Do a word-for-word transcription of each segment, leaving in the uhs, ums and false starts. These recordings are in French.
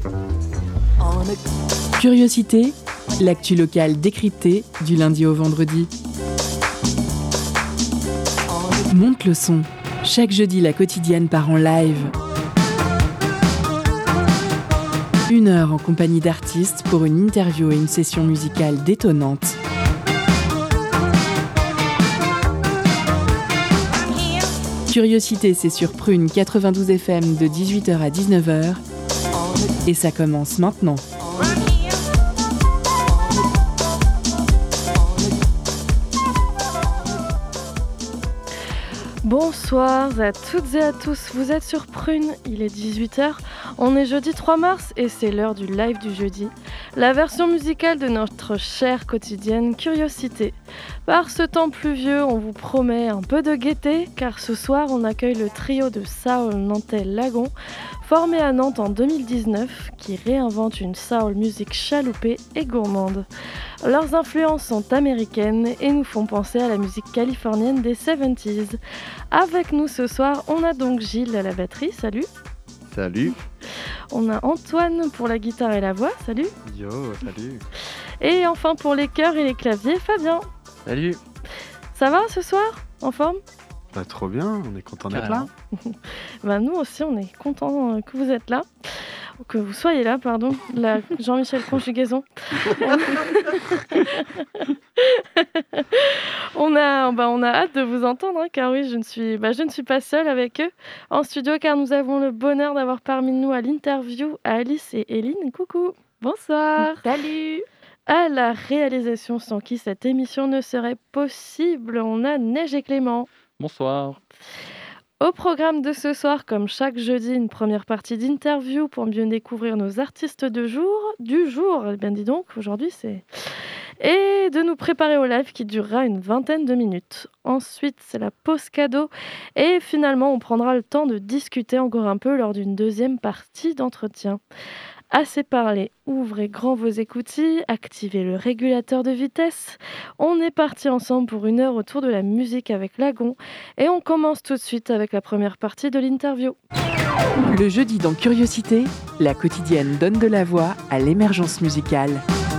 Curiosité, l'actu locale décryptée du lundi au vendredi. Monte le son. Chaque jeudi, la quotidienne part en live. Une heure en compagnie d'artistes pour une interview et une session musicale détonnante. Curiosité, c'est sur Prune quatre-vingt-douze F M de dix-huit heures à dix-neuf heures. Et ça commence maintenant. Bonsoir à toutes et à tous, vous êtes sur Prune, il est dix-huit heures, on est jeudi trois mars et c'est l'heure du live du jeudi, la version musicale de notre chère quotidienne Curiosité. Par ce temps pluvieux, on vous promet un peu de gaieté, car ce soir on accueille le trio de soul nantais Lagon, formé à Nantes en deux mille dix-neuf, qui réinvente une soul musique chaloupée et gourmande. Leurs influences sont américaines et nous font penser à la musique californienne des soixante-dix. Avec nous ce soir, on a donc Gilles à la batterie, salut. Salut. On a Antoine pour la guitare et la voix, salut. Yo, salut. Et enfin pour les chœurs et les claviers, Fabien. Salut. Ça va ce soir? En forme? Bah, trop bien, on est content d'être là. Bah, nous aussi, on est contents que vous êtes là. Que vous soyez là, pardon. La Jean-Michel Conjugaison. on, a, bah, on a hâte de vous entendre, hein, car oui, je ne, suis, bah, je ne suis pas seule avec eux en studio, car nous avons le bonheur d'avoir parmi nous à l'interview Alice et Éline. Coucou. Bonsoir. Salut. À la réalisation sans qui cette émission ne serait possible, on a Neige et Clément. Bonsoir. Au programme de ce soir, comme chaque jeudi, une première partie d'interview pour mieux découvrir nos artistes de jour, du jour, eh bien dis donc, aujourd'hui c'est... Et de nous préparer au live qui durera une vingtaine de minutes. Ensuite, c'est la pause cadeau. Et finalement, on prendra le temps de discuter encore un peu lors d'une deuxième partie d'entretien. Assez parlé, ouvrez grand vos écoutilles, activez le régulateur de vitesse. On est parti ensemble pour une heure autour de la musique avec Lagon et on commence tout de suite avec la première partie de l'interview. Le jeudi dans Curiosité, la quotidienne donne de la voix à l'émergence musicale.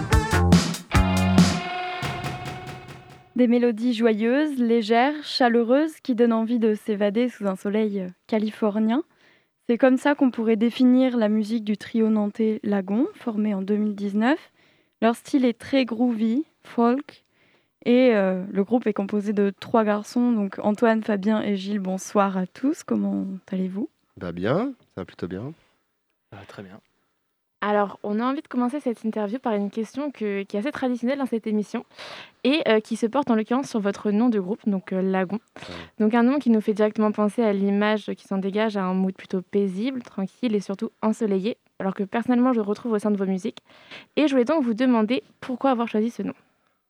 Des mélodies joyeuses, légères, chaleureuses qui donnent envie de s'évader sous un soleil californien. C'est comme ça qu'on pourrait définir la musique du trio nantais Lagon, formé en deux mille dix-neuf. Leur style est très groovy, folk, et euh, le groupe est composé de trois garçons, donc Antoine, Fabien et Gilles. Bonsoir à tous, comment allez-vous? Bah bien, ça va plutôt bien. Ah, très bien. Alors, on a envie de commencer cette interview par une question que, qui est assez traditionnelle dans cette émission et euh, qui se porte en l'occurrence sur votre nom de groupe, donc euh, Lagon. Ouais. Donc un nom qui nous fait directement penser à l'image qui s'en dégage, à un mood plutôt paisible, tranquille et surtout ensoleillé, alors que personnellement je retrouve au sein de vos musiques. Et je voulais donc vous demander pourquoi avoir choisi ce nom.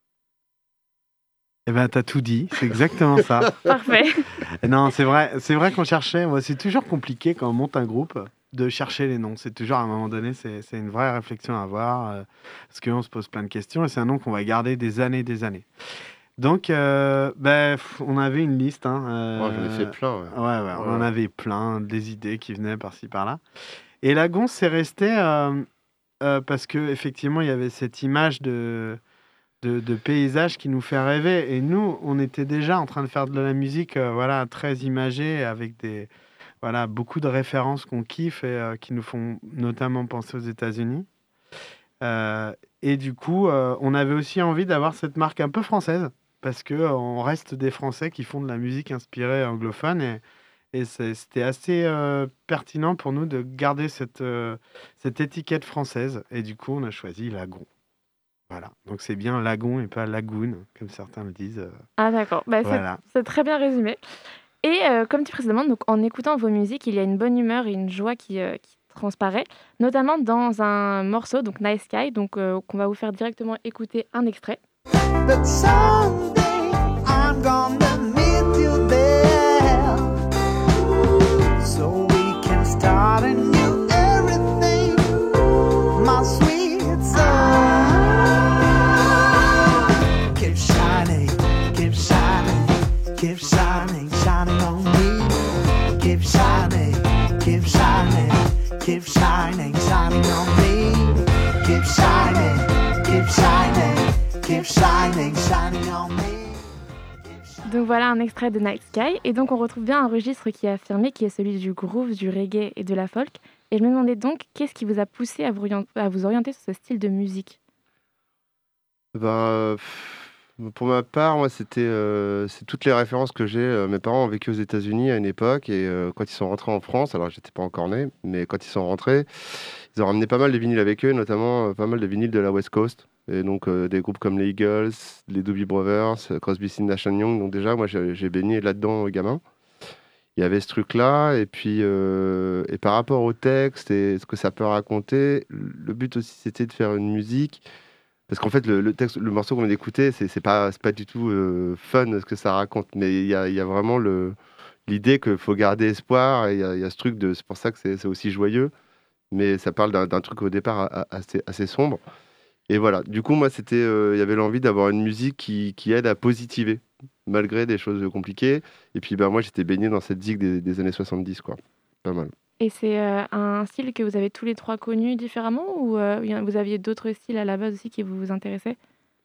Eh ben, t'as tout dit, c'est exactement ça. Parfait. Non, c'est vrai, c'est vrai qu'on cherchait, moi, c'est toujours compliqué quand on monte un groupe de chercher les noms. C'est toujours, à un moment donné, c'est, c'est une vraie réflexion à avoir, euh, parce qu'on se pose plein de questions, et c'est un nom qu'on va garder des années et des années. Donc, euh, ben, on avait une liste. Hein, euh, Moi, j'en ai fait plein. Ouais, ouais, ouais, ouais. On en ouais. avait plein, des idées qui venaient par-ci, par-là. Et Lagon, c'est resté euh, euh, parce qu'effectivement, il y avait cette image de... De, de paysage qui nous fait rêver. Et nous, on était déjà en train de faire de la musique euh, voilà, très imagée, avec des, voilà, beaucoup de références qu'on kiffe et euh, qui nous font notamment penser aux États-Unis. Euh, et du coup, euh, on avait aussi envie d'avoir cette marque un peu française, parce qu'on reste des Français qui font de la musique inspirée anglophone. Et, et c'est, c'était assez euh, pertinent pour nous de garder cette, euh, cette étiquette française. Et du coup, on a choisi Lagon. Voilà, donc c'est bien Lagon et pas Lagoon, comme certains le disent. Ah d'accord, bah, voilà. c'est, c'est très bien résumé. Et euh, comme dit précédemment, donc, en écoutant vos musiques, il y a une bonne humeur et une joie qui, euh, qui transparaît, notamment dans un morceau, donc Nice Sky, donc, euh, qu'on va vous faire directement écouter un extrait. But someday I'm gonna meet you there, so we can start a new everything, my sweet son. Keep shining, shining on me. Keep shining, keep shining, keep shining, shining. shining on me. Keep shining, keep shining, keep shining, shining on me. Donc voilà un extrait de Night Sky. Et donc on retrouve bien un registre qui est affirmé, qui est celui du groove, du reggae et de la folk. Et je me demandais donc, qu'est-ce qui vous a poussé à vous orienter, à vous orienter sur ce style de musique ? Ben, euh, pour ma part, moi, c'était euh, c'est toutes les références que j'ai. Euh, mes parents ont vécu aux États-Unis à une époque et euh, quand ils sont rentrés en France, alors j'étais pas encore né, mais quand ils sont rentrés, ils ont ramené pas mal de vinyles avec eux, notamment euh, pas mal de vinyles de la West Coast. Et donc euh, des groupes comme les Eagles, les Doobie Brothers, Crosby, Stills, Nash and Young. Donc déjà, moi, j'ai, j'ai baigné là-dedans gamin. Il y avait ce truc-là, et puis euh, et par rapport au texte et ce que ça peut raconter, le but aussi c'était de faire une musique. Parce qu'en fait, le, le texte, le morceau qu'on vient d'écouter, c'est, c'est pas, c'est pas du tout euh, fun ce que ça raconte, mais il y a, il y a vraiment le, l'idée qu'il faut garder espoir, et il y a, il y a ce truc de, c'est pour ça que c'est, c'est aussi joyeux, mais ça parle d'un, d'un truc au départ a- a- assez, assez sombre. Et voilà, du coup, moi, c'était, euh, il y avait l'envie d'avoir une musique qui, qui aide à positiver, malgré des choses compliquées. Et puis, ben, moi, j'étais baigné dans cette zig des, des années soixante-dix, quoi. Pas mal. Et c'est euh, un style que vous avez tous les trois connu différemment ou euh, y en- vous aviez d'autres styles à la base aussi qui vous intéressaient ?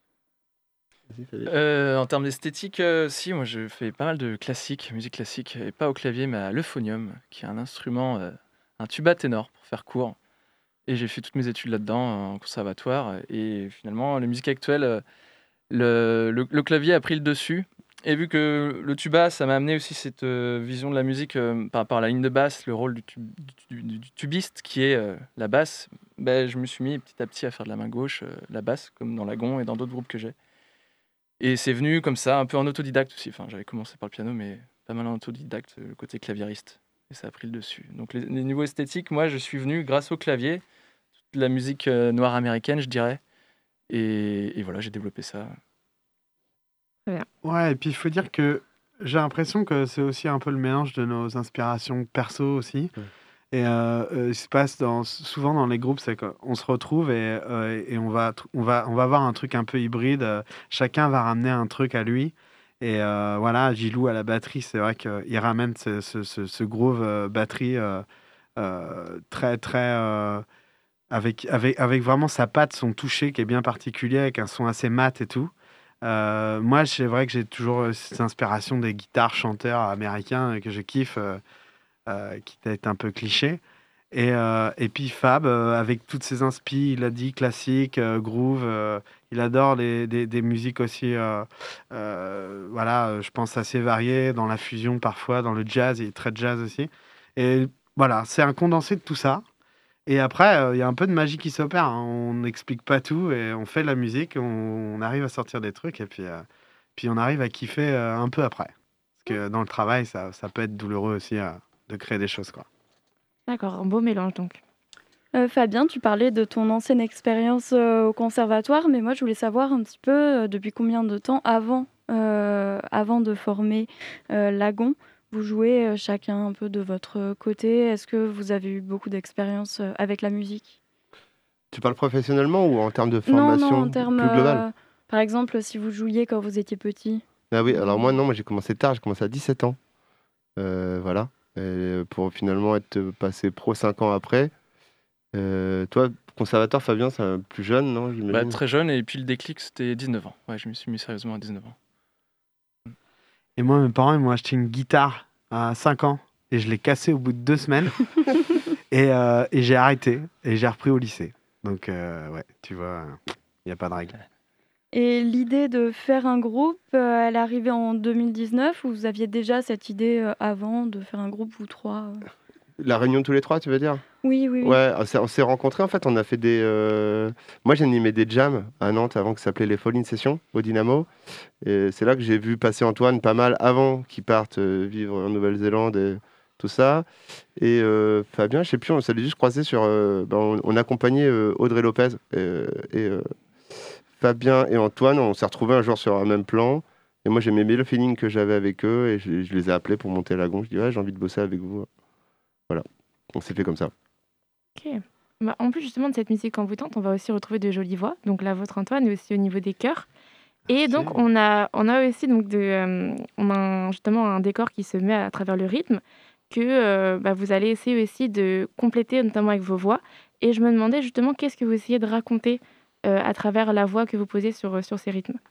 Euh, en termes d'esthétique, euh, si, moi je fais pas mal de classique, musique classique, et pas au clavier, mais à l'euphonium, qui est un instrument, euh, un tuba ténor, pour faire court. Et j'ai fait toutes mes études là-dedans, en conservatoire. Et finalement, la musique actuelle, euh, le, le- le clavier a pris le dessus. Et vu que le tuba, ça m'a amené aussi cette euh, vision de la musique euh, par rapport à la ligne de basse, le rôle du, tub- du- du- du tubiste qui est euh, la basse, ben, je me suis mis petit à petit à faire de la main gauche, euh, la basse, comme dans Lagon et dans d'autres groupes que j'ai. Et c'est venu comme ça, un peu en autodidacte aussi. Enfin, j'avais commencé par le piano, mais pas mal en autodidacte, le côté claviériste. Et ça a pris le dessus. Donc, les, les niveaux esthétiques, moi, je suis venu grâce au clavier, toute la musique euh, noire américaine, je dirais. Et, et voilà, j'ai développé ça. Ouais, et puis il faut dire que j'ai l'impression que c'est aussi un peu le mélange de nos inspirations perso aussi. Ouais. Et euh, euh, il se passe dans, souvent dans les groupes, c'est qu'on se retrouve et, euh, et on, va, tr- on, va, on va avoir un truc un peu hybride. euh, Chacun va ramener un truc à lui. Et euh, voilà, Gilou à la batterie, c'est vrai qu'il ramène ce, ce, ce, ce groove euh, batterie euh, euh, très, très. euh, avec, avec, avec vraiment sa patte, son toucher qui est bien particulier, avec un son assez mat et tout. Euh, moi, c'est vrai que j'ai toujours euh, cette inspiration des guitares chanteurs américains euh, que je kiffe, euh, euh, qui est un peu cliché. Et, euh, et puis Fab, euh, avec toutes ses inspi, il a dit classique, euh, groove, euh, il adore les, des, des musiques aussi, euh, euh, voilà, euh, je pense assez variées, dans la fusion parfois, dans le jazz, il est très jazz aussi. Et voilà, c'est un condensé de tout ça. Et après, euh, il y a un peu de magie qui s'opère, hein. On n'explique pas tout et on fait de la musique, on, on arrive à sortir des trucs et puis, euh, puis on arrive à kiffer euh, un peu après. Parce que dans le travail, ça, ça peut être douloureux aussi euh, de créer des choses, quoi. D'accord, un beau mélange donc. Euh, Fabien, tu parlais de ton ancienne expérience euh, au conservatoire, mais moi je voulais savoir un petit peu euh, depuis combien de temps avant, euh, avant de former euh, Lagon, vous jouez euh, chacun un peu de votre côté. Est-ce que vous avez eu beaucoup d'expérience euh, avec la musique ? Tu parles professionnellement ou en termes de Non, formation non, en termes... plus globale? euh, par exemple, si vous jouiez quand vous étiez petit. Ah oui, alors moi, non, moi j'ai commencé tard, j'ai commencé à dix-sept ans. Euh, voilà. Et pour finalement être passé pro cinq ans après. Euh, toi, conservatoire, Fabien, c'est un plus jeune, non, Bah, j'imagine? très jeune, et puis le déclic, c'était dix-neuf ans. Ouais, je me suis mis sérieusement à dix-neuf ans. Et moi, mes parents, ils m'ont acheté une guitare à cinq ans et je l'ai cassée au bout de deux semaines. et euh, et j'ai arrêté et j'ai repris au lycée. Donc, euh, ouais, tu vois, il n'y a pas de règle. Et l'idée de faire un groupe, euh, elle est arrivée en deux mille dix-neuf ou vous aviez déjà cette idée euh, avant de faire un groupe, vous trois euh La réunion de tous les trois, tu veux dire? Oui, oui, oui. Ouais, on s'est, on s'est rencontrés en fait, on a fait des... euh, Moi j'ai animé des jams à Nantes avant que ça s'appelait les Fall-In Sessions au Dynamo. Et c'est là que j'ai vu passer Antoine pas mal avant qu'il parte euh, vivre en Nouvelle-Zélande et tout ça. Et euh, Fabien, je sais plus, on s'est juste croisé sur... euh, ben, on, on accompagnait euh, Audrey Lopez euh, et euh, Fabien et Antoine, on s'est retrouvés un jour sur un même plan. Et moi j'aimais bien le feeling que j'avais avec eux et je, je les ai appelés pour monter à Lagon. Je dis ouais, j'ai envie de bosser avec vous. Voilà, on s'est fait comme ça. Ok. Bah, en plus justement de cette musique envoûtante, on va aussi retrouver de jolies voix. Donc la vôtre Antoine et aussi au niveau des chœurs. Et Merci. donc on a, on a aussi donc de, euh, on a un- justement un décor qui se met à travers le rythme que euh, bah, vous allez essayer aussi de compléter notamment avec vos voix. Et je me demandais justement qu'est-ce que vous essayez de raconter euh, à travers la voix que vous posez sur, sur ces rythmes.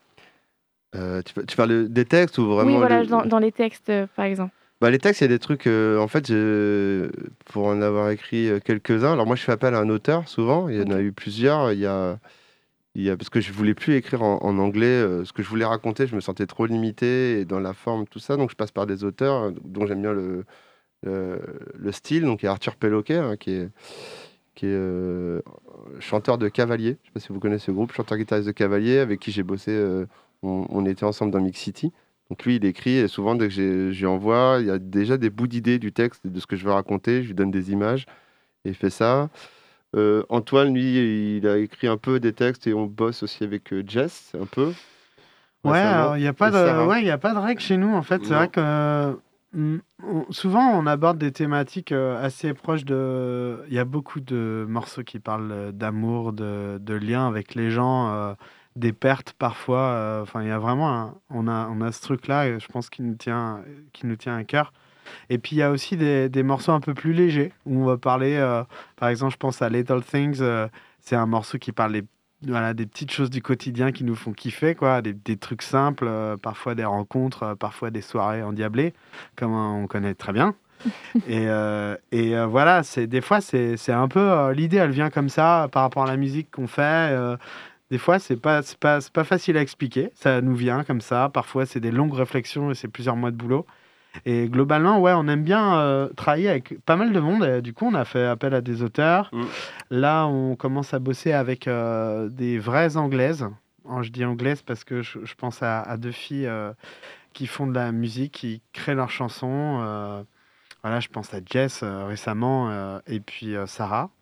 Euh, tu, tu parles des textes ou vraiment Oui, voilà, le- dans, dans les textes, euh, par exemple. Bah, les textes, il y a des trucs, euh, en fait, je- pour en avoir écrit euh, quelques-uns, alors moi je fais appel à un auteur souvent, il y en a Ok. eu plusieurs, il y a, il y a, parce que je voulais plus écrire en, en anglais, euh, ce que je voulais raconter, je me sentais trop limité et dans la forme, tout ça, donc je passe par des auteurs euh, dont j'aime bien le, le, le style, donc il y a Arthur Pelloquet, hein, qui est, qui est euh, chanteur de Cavalier, je sais pas si vous connaissez ce groupe, chanteur-guitariste de Cavalier, avec qui j'ai bossé, euh, on, on était ensemble dans Mix City. Donc lui, il écrit et souvent, dès que j'ai- je lui envoie, il y a déjà des bouts d'idées du texte, de ce que je veux raconter. Je lui donne des images et il fait ça. Euh, Antoine, lui, il a écrit un peu des textes et on bosse aussi avec euh, Jess, un peu. Ouais, récemment. alors il n'y a pas Et de, Sarah. ouais, il y a pas de règle chez nous en fait. C'est Non. vrai que euh, mm, on- souvent on aborde des thématiques euh, assez proches de. Il y a beaucoup de morceaux qui parlent euh, d'amour, de, de liens avec les gens, euh, des pertes parfois. euh, Enfin, il y a vraiment, un- on a, on a ce truc-là, et je pense qui nous tient, qui nous tient à cœur. Et puis il y a aussi des, des morceaux un peu plus légers où on va parler, euh, par exemple, je pense à Little Things. euh, c'est un morceau qui parle des, voilà, des petites choses du quotidien qui nous font kiffer, quoi, des, des trucs simples, euh, parfois des rencontres, euh, parfois des soirées endiablées, comme euh, on connaît très bien. Et, euh, et euh, voilà, c'est des fois c'est c'est un peu euh, l'idée, elle vient comme ça par rapport à la musique qu'on fait. euh, des fois, c'est pas c'est pas c'est pas facile à expliquer. Ça nous vient comme ça. Parfois, c'est des longues réflexions et c'est plusieurs mois de boulot. Et globalement, ouais, on aime bien euh, travailler avec pas mal de monde. Et du coup, on a fait appel à des auteurs. Mm. Là, on commence à bosser avec euh, des vraies Anglaises. Alors, je dis anglaises parce que je, je pense à, à deux filles euh, qui font de la musique, qui créent leurs chansons. euh, voilà, je pense à Jess euh, récemment euh, et puis euh, Sarah.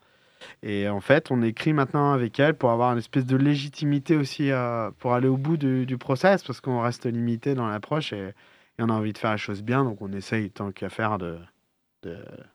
Et en fait, on écrit maintenant avec elles pour avoir une espèce de légitimité aussi euh, pour aller au bout du, du process parce qu'on reste limité dans l'approche et, et on a envie de faire les choses bien. Donc, on essaye tant qu'à faire de, de,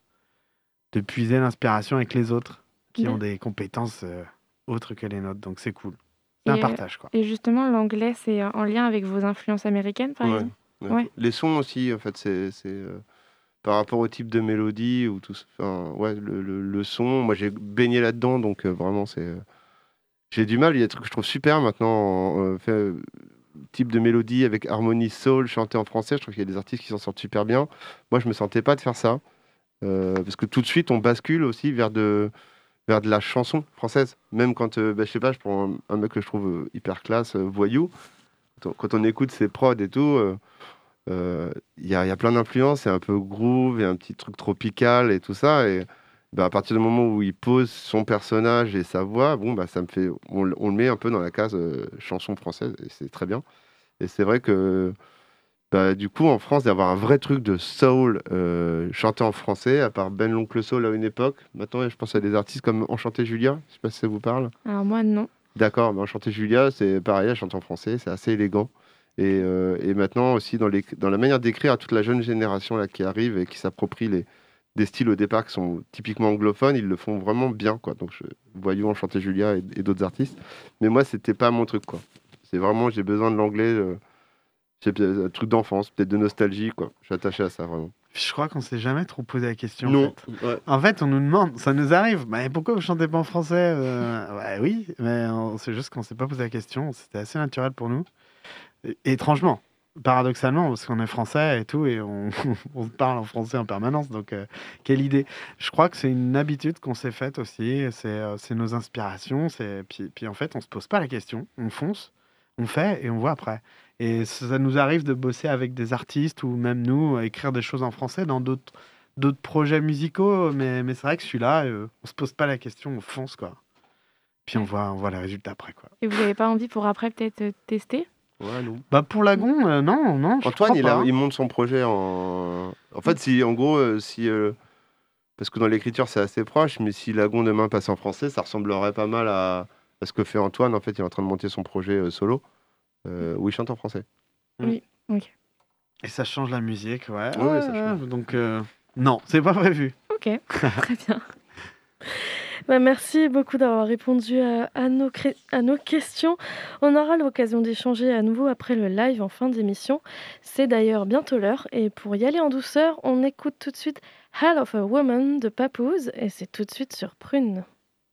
de puiser l'inspiration avec les autres qui ont D'ac- des compétences euh, autres que les nôtres. Donc, c'est cool. C'est un Et, euh, partage, quoi. et justement, l'anglais, c'est euh, en lien avec vos influences américaines, par Ouais, exemple. ouais. Ouais. Les sons aussi, en fait, c'est c'est, euh, par rapport au type de mélodie ou tout. ça. Enfin, ouais, le, le- le son, moi j'ai baigné là-dedans, donc euh, vraiment, c'est. euh, J'ai du mal, il y a des trucs que je trouve super maintenant, en, euh, fait, euh, type de mélodie avec harmonie soul chantée en français. Je trouve qu'il y a des artistes qui s'en sortent super bien. Moi, je me sentais pas de faire ça. euh, parce que tout de suite, on bascule aussi vers de, vers de la chanson française. Même quand, euh, bah, je sais pas, je prends un, un mec que je trouve euh, hyper classe, euh, Voyou. Quand on, quand on écoute ses prods et tout, euh, euh, il y a, il y a plein d'influences. C'est un peu groove et un petit truc tropical et tout ça. Et bah, à partir du moment où il pose son personnage et sa voix, bon, bah, ça me fait, on, le- on le met un peu dans la case euh, chanson française et c'est très bien. Et c'est vrai que bah, du coup, en France, d'avoir un vrai truc de soul euh, chanté en français, à part Ben l'Oncle Soul à une époque. Maintenant, je pense à des artistes comme Enchanté Julia. Je sais pas si ça vous parle. Alors moi, non. D'accord, mais Enchanté Julia, c'est pareil, elle chante en français, c'est assez élégant. Et, euh, et maintenant aussi dans, les, dans la manière d'écrire à toute la jeune génération là, qui arrive et qui s'approprie les, des styles au départ qui sont typiquement anglophones, ils le font vraiment bien, quoi. Donc je, Voyons Enchanté Julia et, et d'autres artistes. Mais moi, c'était pas mon truc, quoi. C'est vraiment, j'ai besoin de l'anglais, euh, c'est un truc d'enfance, peut-être de nostalgie, quoi. Je suis attaché à ça, vraiment. Je crois qu'on s'est jamais trop posé la question. En Non, fait. ouais. En fait, on nous demande, ça nous arrive, mais pourquoi vous chantez pas en français euh, ouais, oui, mais on- c'est juste qu'on s'est pas posé la question. C'était assez naturel pour nous. Et, étrangement, paradoxalement, parce qu'on est français et tout, et on, on parle en français en permanence. Donc, euh, quelle idée. Je crois que c'est une habitude qu'on s'est faite aussi. C'est euh, c'est nos inspirations. C'est puis, puis en fait, on se pose pas la question. On fonce, on fait et on voit après. Et ça nous arrive de bosser avec des artistes ou même nous, à écrire des choses en français dans d'autres d'autres projets musicaux, mais, mais c'est vrai que celui-là, euh, on se pose pas la question, on fonce, quoi. Puis on Ouais. voit, on voit les résultats après, quoi. Et vous n'avez pas envie pour après peut-être euh, tester? Ouais, non. Bah pour Lagon, euh, non, non, je Antoine, crois il, a- pas. il monte son projet en. En fait, si, en gros, euh, si. euh, Parce que dans l'écriture, c'est assez proche, mais si Lagon demain passe en français, ça ressemblerait pas mal à, à ce que fait Antoine. En fait, il est en train de monter son projet euh, solo, euh, où il chante en français. Et ça change la musique, ouais. Ouais, ouais, ça Ouais, change. donc, euh, non, c'est pas prévu. Ok, très bien. Bah, merci beaucoup d'avoir répondu à, à nos, cré- à nos questions. On aura l'occasion d'échanger à nouveau après le live en fin d'émission. C'est d'ailleurs bientôt l'heure. Et pour y aller en douceur, on écoute tout de suite Hell of a Woman de Papoose. Et c'est tout de suite sur Prune.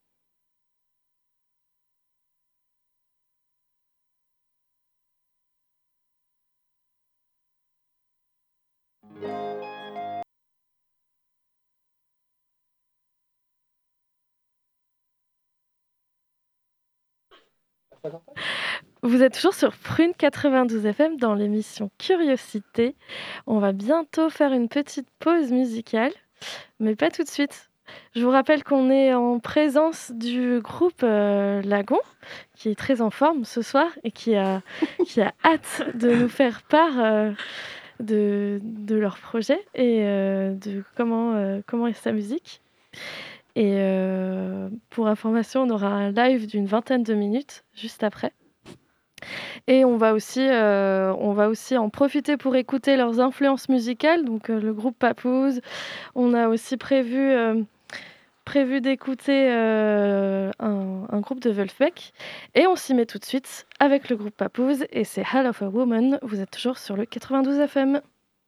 Vous êtes toujours sur Prune quatre-vingt-douze F M dans l'émission Curiosité. On va bientôt faire une petite pause musicale, mais pas tout de suite. Je vous rappelle qu'on est en présence du groupe euh, Lagon, qui est très en forme ce soir et qui a, qui a hâte de nous faire part euh, de, de leur projet et euh, de comment, euh, comment est sa musique. Et euh, pour information, on aura un live d'une vingtaine de minutes juste après. Et on va aussi, euh, on va aussi en profiter pour écouter leurs influences musicales, donc euh, le groupe Papoose. On a aussi prévu, euh, prévu d'écouter euh, un, un groupe de Wolfpack. Et on s'y met tout de suite avec le groupe Papoose et c'est Hell of a Woman. Vous êtes toujours sur le quatre-vingt-douze F M.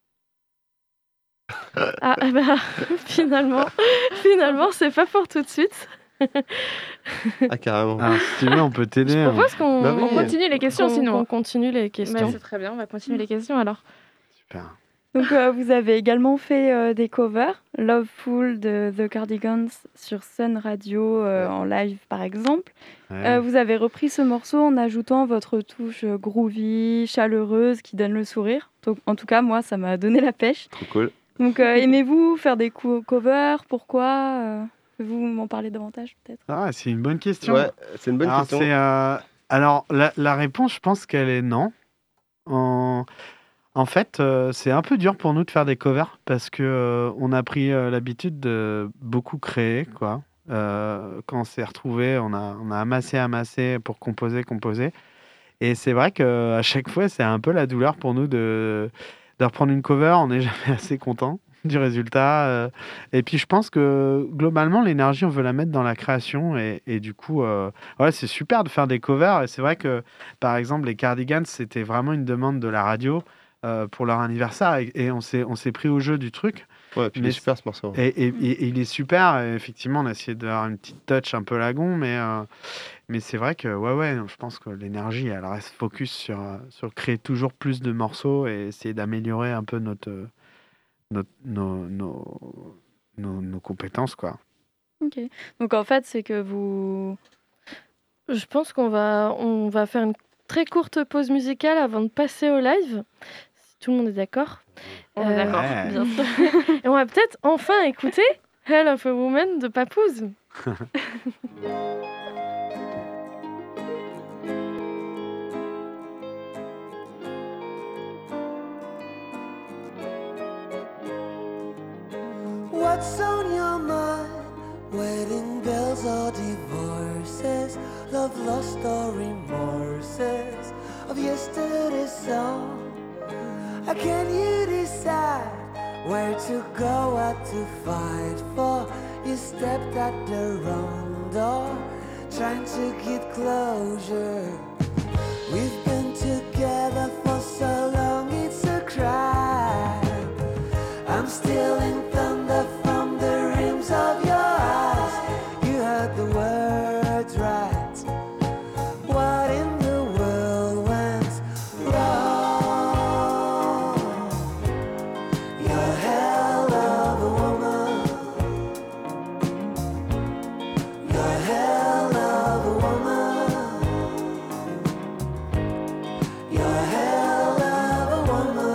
Ah bah finalement, finalement c'est pas pour tout de suite. Ah, carrément. Alors, si tu veux, on peut t'aider. Je hein. propose qu'on Bah oui. on continue les questions Qu'on- sinon. qu'on On continue les Bah, questions. c'est très bien, on va continuer les questions alors. Super. Donc, euh, vous avez également fait euh, des covers, Loveful de The Cardigans sur Sun Radio euh, en live par exemple. Ouais. Euh, vous avez repris ce morceau en ajoutant votre touche euh, groovy, chaleureuse qui donne le sourire. Donc, en tout cas, moi, ça m'a donné la pêche. Trop cool. Donc, euh, aimez-vous faire des co- covers? Pourquoi euh, Pouvez-vous m'en parler davantage peut-être? Ah, c'est une bonne question. Ouais, c'est une bonne Alors, question. c'est, euh, alors la, la réponse, je pense qu'elle est non. En, en fait, euh, c'est un peu dur pour nous de faire des covers parce que euh, on a pris euh, l'habitude de beaucoup créer, quoi. Euh, quand on s'est retrouvé, on a, on a amassé, amassé pour composer, composer. Et c'est vrai qu'à chaque fois, c'est un peu la douleur pour nous de, de reprendre une cover. On n'est jamais assez content du résultat. euh. Et puis, je pense que globalement, l'énergie, on veut la mettre dans la création. Et, et du coup, euh, ouais, c'est super de faire des covers. Et c'est vrai que, par exemple, les Cardigans, c'était vraiment une demande de la radio euh, pour leur anniversaire. Et, et on s'est on s'est pris au jeu du truc. Ouais, puis il mais est super ce morceau. Et, et- et- et il est super. Et effectivement, on a essayé d'avoir une petite touch un peu lagon. Mais, euh, mais c'est vrai que, ouais, ouais, je pense que l'énergie, elle reste focus sur, euh, sur créer toujours plus de morceaux et essayer d'améliorer un peu notre, euh, notre, nos, nos, nos, nos compétences, quoi. Ok. Donc en fait, c'est que vous... Je pense qu'on va, on va faire une très courte pause musicale avant de passer au live. Si tout le monde est d'accord. On est Euh, d'accord. Ouais. Bien sûr. Et on va peut-être enfin écouter Hell of a Woman de Papoose. What's on your mind? Wedding bells or divorces, love lost or remorses of yesterday's song. How can you decide where to go, what to fight for? You stepped at the wrong door, trying to get closure. We've been together for so long, it's a crime. I'm still in thunder from the rims of your eyes. You heard the words right. What in the world went wrong? You're hell of a woman. You're hell of a woman. You're hell of a woman.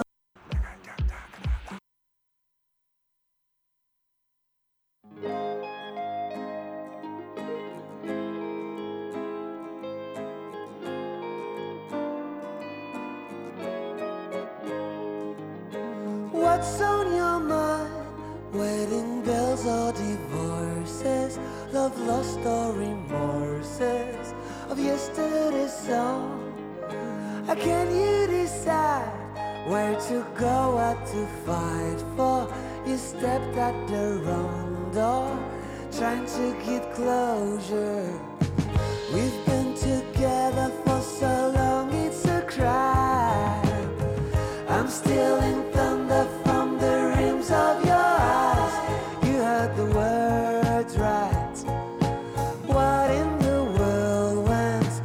What's on your mind? Wedding bells or divorces, love lost or remorses of yesterday's song. How can you decide where to go, what to fight for? You stepped at the wrong door, trying to get closure. We've been together for so long, it's a crime. I'm still in thunder from the rims of your eyes. You heard the words right. What in the world went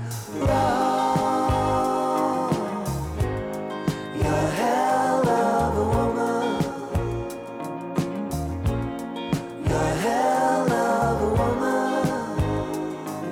wrong? You're hell of a woman. You're hell of a woman.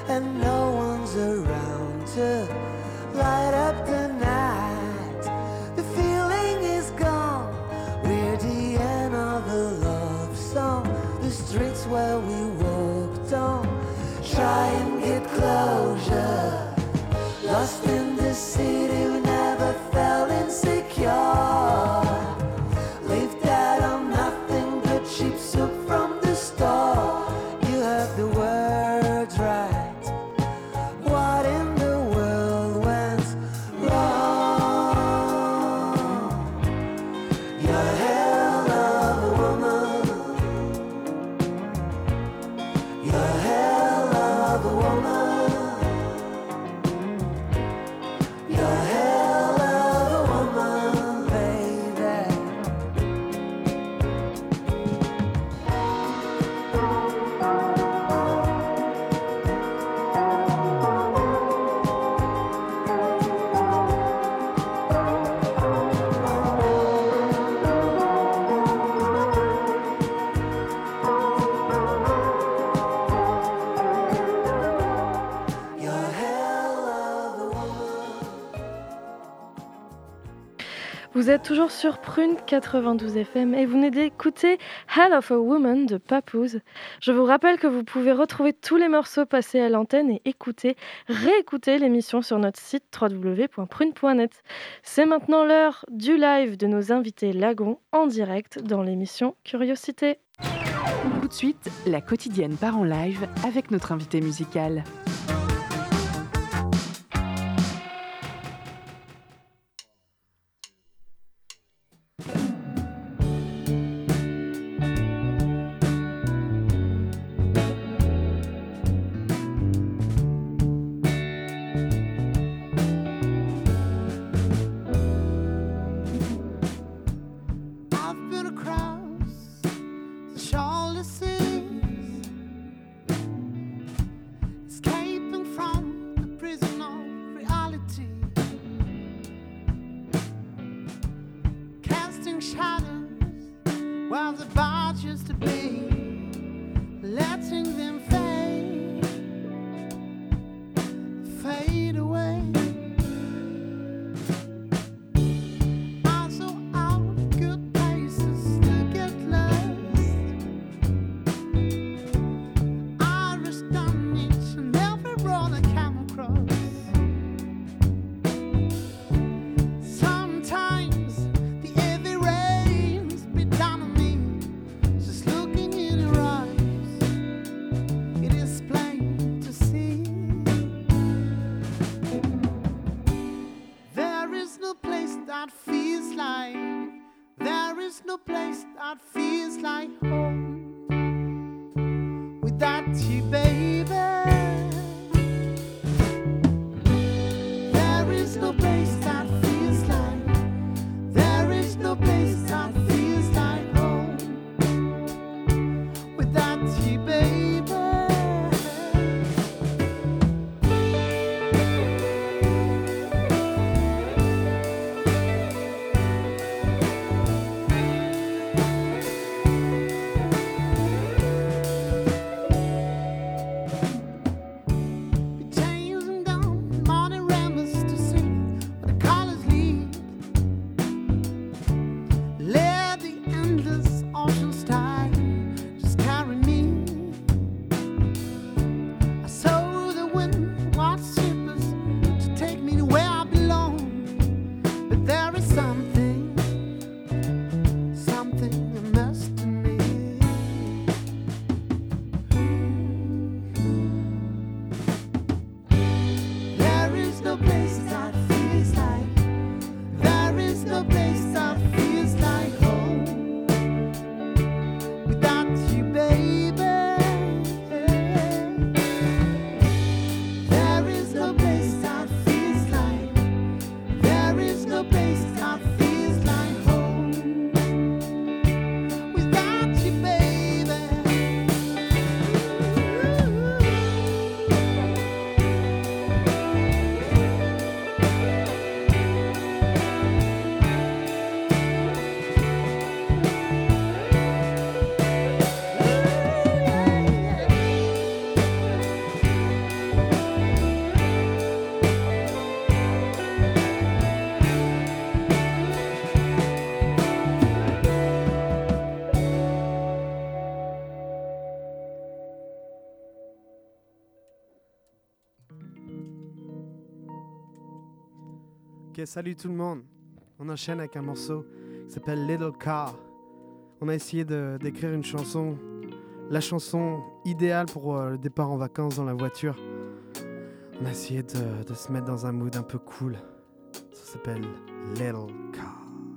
and no one's around to light up the night. The feeling is gone, we're the end of the love song. The streets where we walked on, try and get closure. Lost in the city, we never felt insecure. Lived out on nothing but cheap soup from the store. You heard the words right. What in the world went wrong? You're a hell of a woman. You're a hell of a woman. You're a hell of a woman, baby. You're a hell of a woman. Vous êtes toujours sur Prune quatre-vingt-douze F M et vous venez d'écouter Hell of a Woman de Papoose. Je vous rappelle que vous pouvez retrouver tous les morceaux passés à l'antenne et écouter, réécouter l'émission sur notre site w w w point prune point net. C'est maintenant l'heure du live de nos invités Lagon en direct dans l'émission Curiosité. Tout de suite, la quotidienne part en live avec notre invité musical. I've been across the shoreless seas, escaping from the prison of reality, casting shadows where the bars used to be, letting them fade, fade away. I saw out good places to get lost. I rushed on each and every road I came across. Sometimes the heavy rains beat down on me. Just looking in your eyes, it is plain to see. There is no place that feels like, there is no place that feels like home without you, baby. There is no place that feels like, there is no place that feels like home without you, baby. Ok, salut tout le monde. On enchaîne avec un morceau qui s'appelle Little Car. On a essayé de, d'écrire une chanson, la chanson idéale pour euh, le départ en vacances dans la voiture. On a essayé de, de se mettre dans un mood un peu cool. Ça s'appelle Little Car.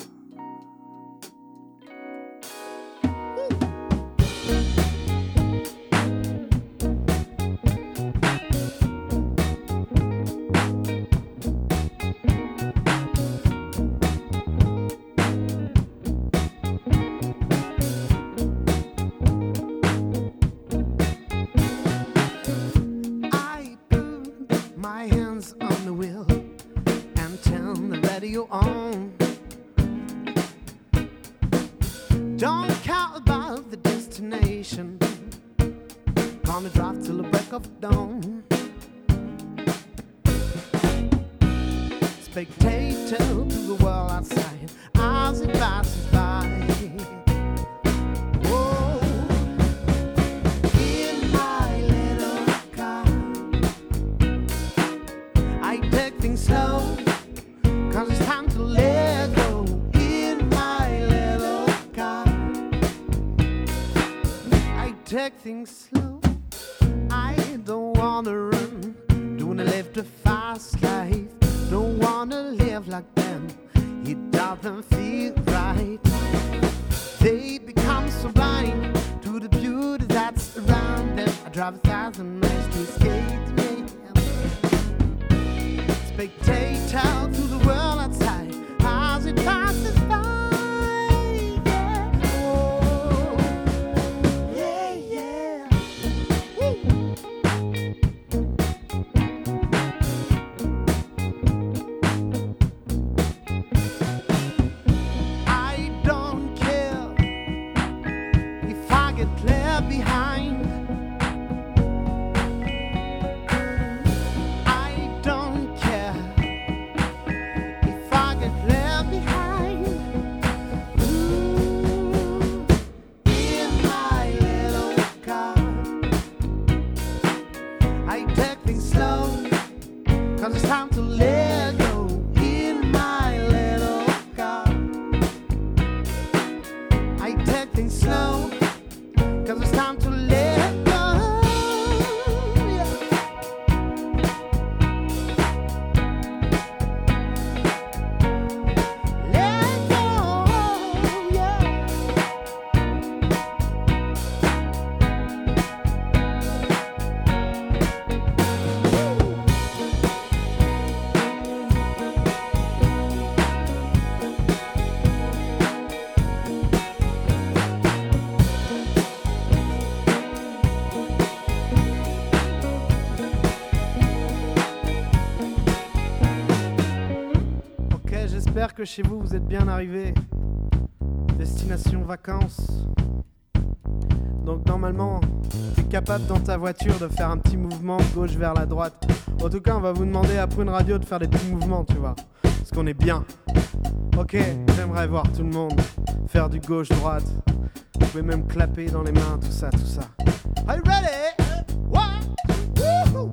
On. Don't care about the destination. Gonna drive till the break of dawn. Spectator to the world outside as it passes by. Whoa. In my little car, I take things slow. Cause it's time to let go in my little car. I take things slow. I don't wanna run. Don't wanna live the fast life. Don't wanna live like them. It doesn't feel right. They become so blind to the beauty that's around them. I drive a thousand miles to escape the spectator to the world outside as it passes by. Yeah. Oh. Yeah, yeah. Woo. I don't care if I get left behind. J'espère que chez vous, vous êtes bien arrivés. Destination vacances. Donc normalement, tu es capable dans ta voiture de faire un petit mouvement de gauche vers la droite. En tout cas, on va vous demander à Prune Radio de faire des petits mouvements, tu vois. Parce qu'on est bien. Ok, j'aimerais voir tout le monde faire du gauche-droite. Vous pouvez même clapper dans les mains, tout ça, tout ça. Are you ready? One, woohoo!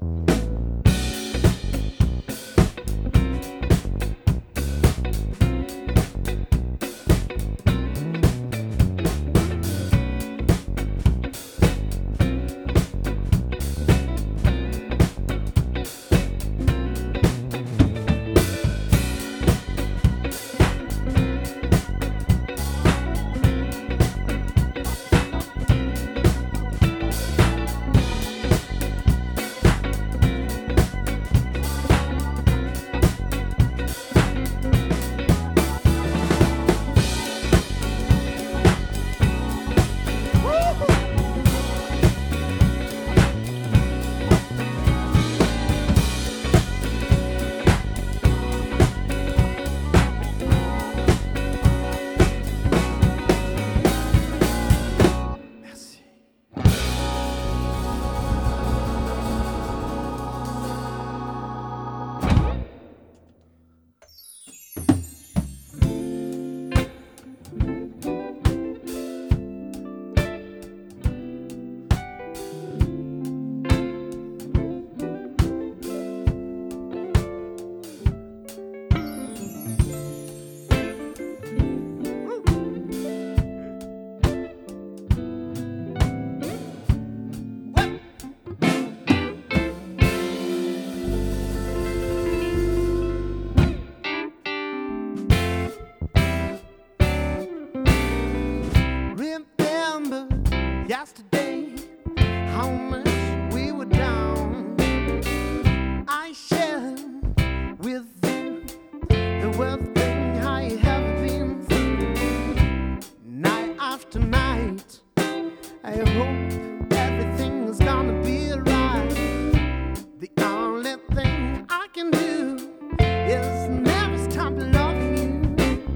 I can do is never stop loving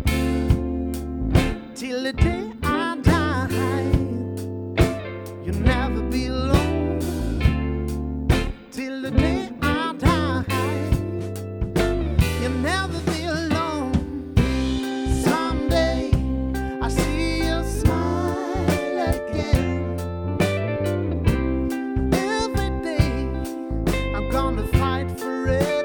you till the day I die. You'll never be alone till the day I die. You'll never be alone. Someday I see you smile again. Every day I'm gonna fight for it.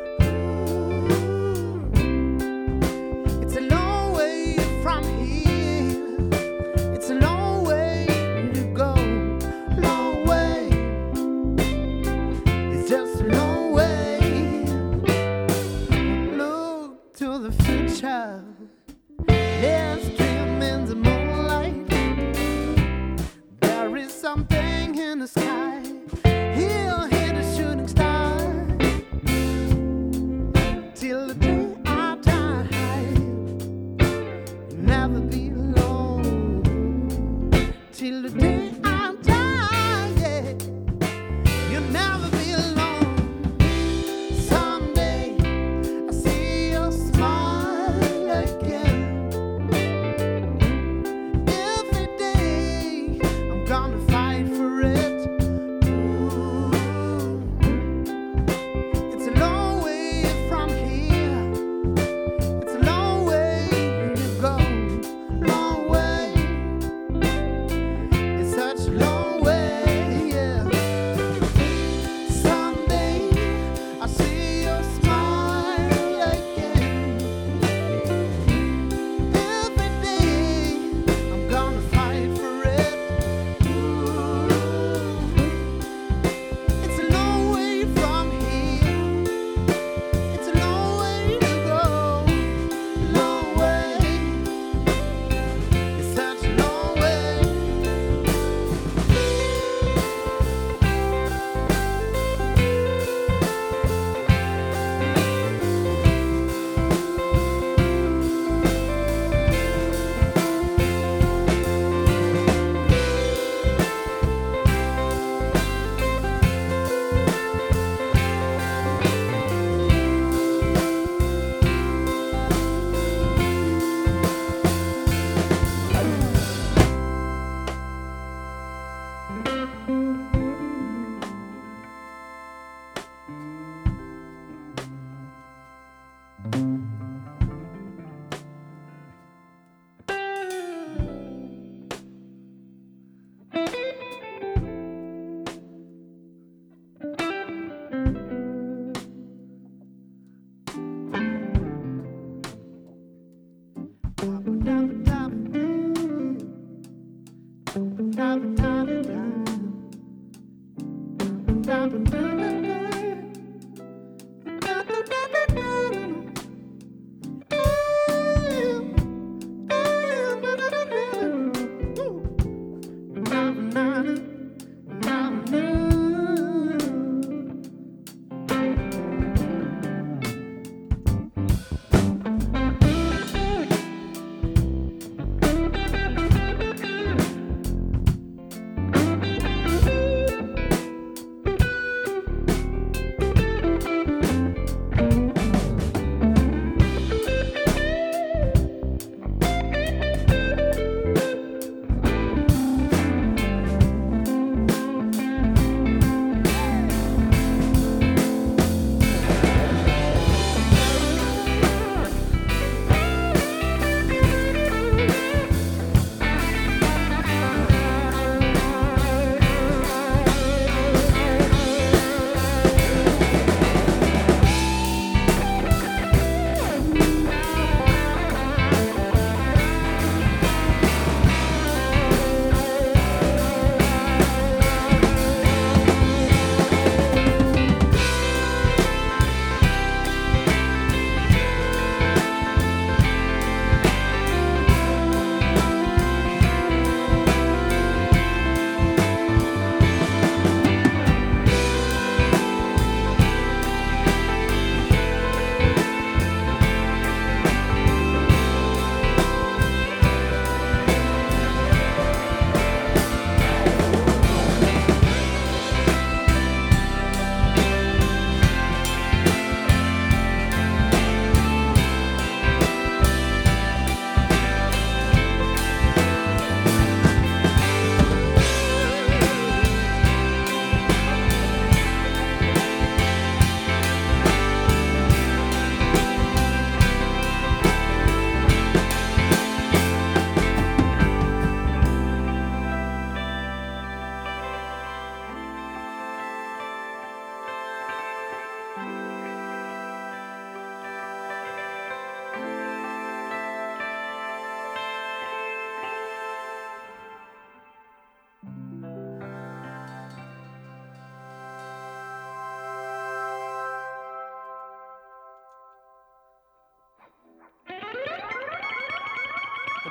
It's a long way from here. It's a long way to go. Long way. It's just a long way. Look to the future. There's dream in the moonlight. There is something in the sky. He'll hit a shooting star till the day I die. You'll never be alone till the day I die. Yeah. You'll never be alone. Someday I see your smile again. Every day I'm gonna fight for it. Ooh. It's a long way from here. It's a long way to go. Long way. It's such a long way, yeah. Someday I see your smile again. Every day I'm gonna fight for it. Ooh. It's a long way from here. It's a long way to go. Long way. It's such a long way.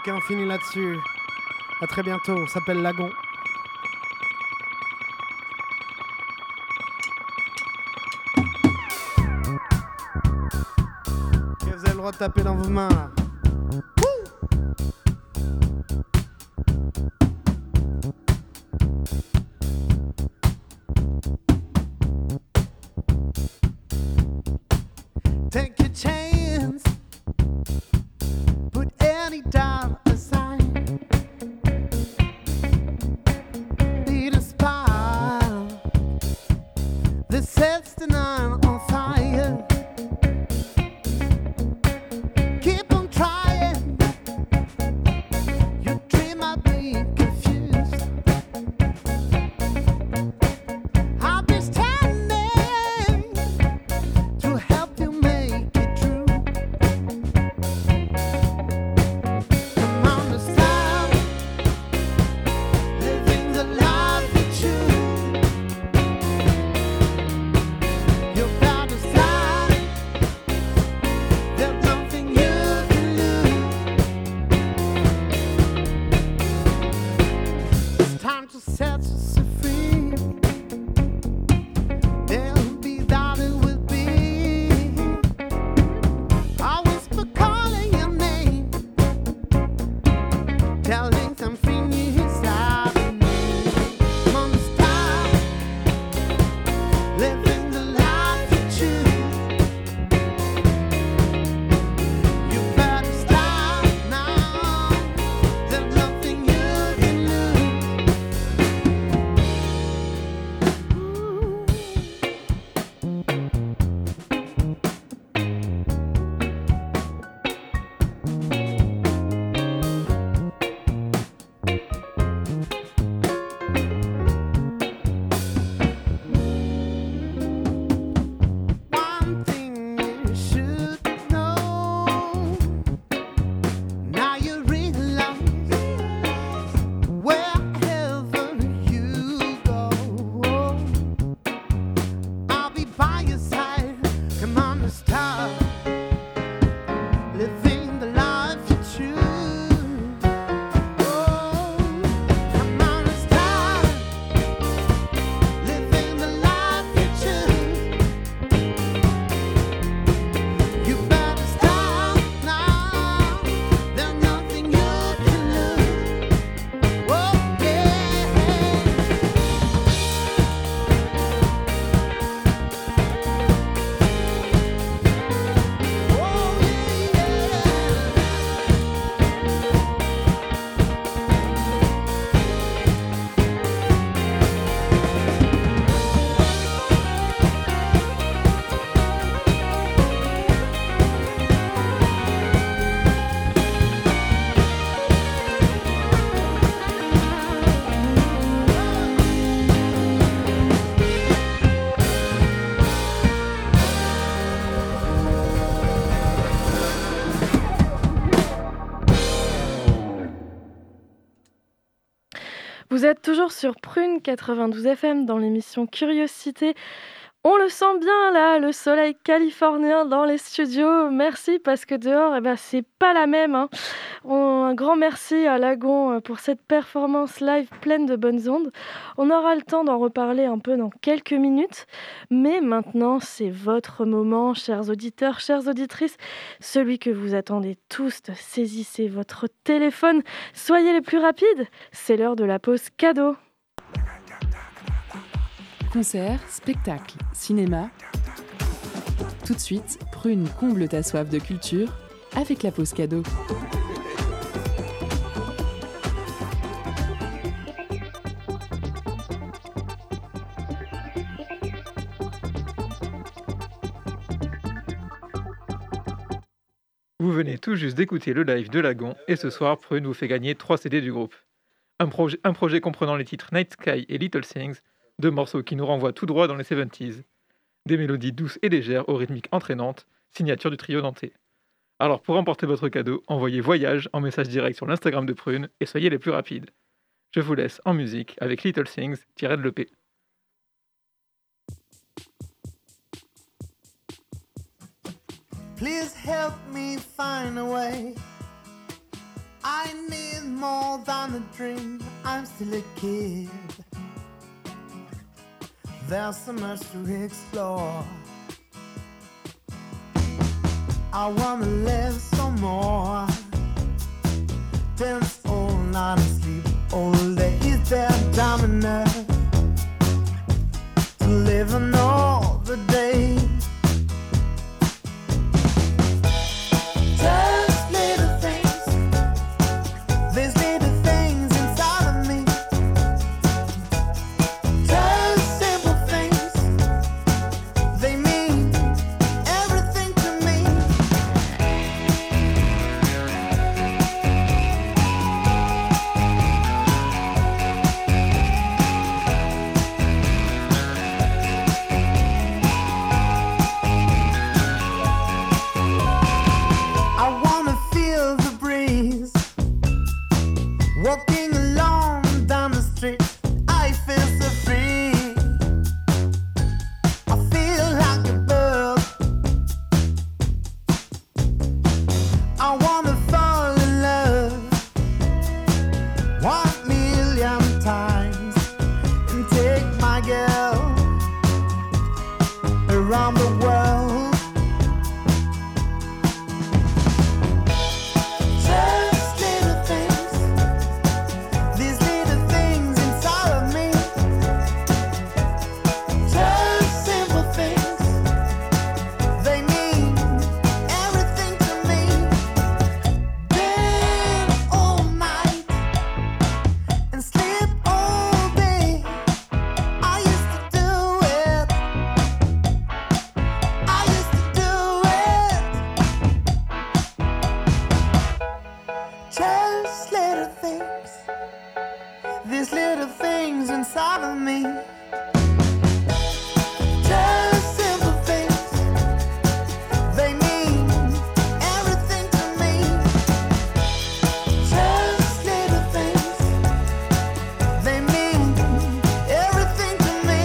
Ok, on finit là-dessus. À très bientôt. On s'appelle Lagon. Ok, vous avez le droit de taper dans vos mains là. Take a chance, put any doubt aside. Need a spark that sets the night on fire. Keep on trying, your dream might be confused. I'll be standing to help you make it true. Come on, to stop living the life you choose. You gotta stop. There's nothing you can lose. It's time to set us free. There'll be that it will be. I whisper calling your name, telling something inside of me. Come on, stop living the life you choose. You better stop now. There's nothing you can lose. One thing you should know, now you realize wherever you go, I'll be by your side. Come on, let's start living the life you choose. Oh, come on, let's start living the life you choose. You better stop now. There's nothing you can lose. Oh yeah. Oh Vous êtes toujours sur Prune quatre-vingt-douze F M dans l'émission Curiosité. On le sent bien là, le soleil californien dans les studios. Merci parce que dehors, eh ben, c'est pas la même. Hein. On- un grand merci à Lagon euh, pour cette performance live pleine de bonnes ondes. On aura le temps d'en reparler un peu dans quelques minutes. Mais maintenant, c'est votre moment, chers auditeurs, chères auditrices. Celui que vous attendez tous. Saisissez votre téléphone. Soyez les plus rapides. C'est l'heure de la pause cadeau. Concert, spectacle, cinéma. Tout de suite, Prune comble ta soif de culture avec la pause cadeau. Vous venez tout juste d'écouter le live de Lagon et ce soir, Prune vous fait gagner trois C D du groupe. Un, projet- un projet comprenant les titres Night Sky et Little Things, deux morceaux qui nous renvoient tout droit dans les soixante-dix. Des mélodies douces et légères aux rythmiques entraînantes, signature du trio nantais. Alors pour remporter votre cadeau, envoyez Voyage en message direct sur l'Instagram de Prune et soyez les plus rapides. Je vous laisse en musique avec Little Things tiré de l'E P. Please help me find a way. I need more than a dream, I'm still a kid. There's so much to explore. I wanna live some more. Dance all night and sleep all day. Is there time enough to live another day? Just little things, these little things inside of me. Just simple things, they mean everything to me. I wanna feel the breeze. Walking alone down the street, I feel so free. I feel like a bird. I wanna fall in love one million times and take my girl around the world. Just little things, these little things inside of me. Just simple things, they mean everything to me. Bed all night and sleep all day. I used to do it. I used to do it. Just little things, these little things inside of me. Just simple things, they mean everything to me. Just little things, they mean everything to me.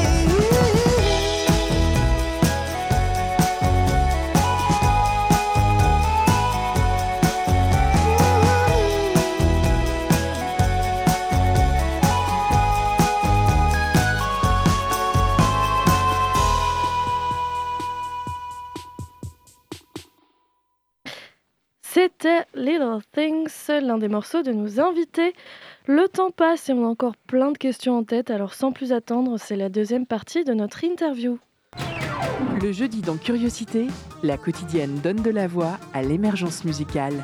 C'était Little Things, l'un des morceaux de nos invités. Le temps passe et on a encore plein de questions en tête, alors sans plus attendre, c'est la deuxième partie de notre interview. Le jeudi dans Curiosité, la quotidienne donne de la voix à l'émergence musicale.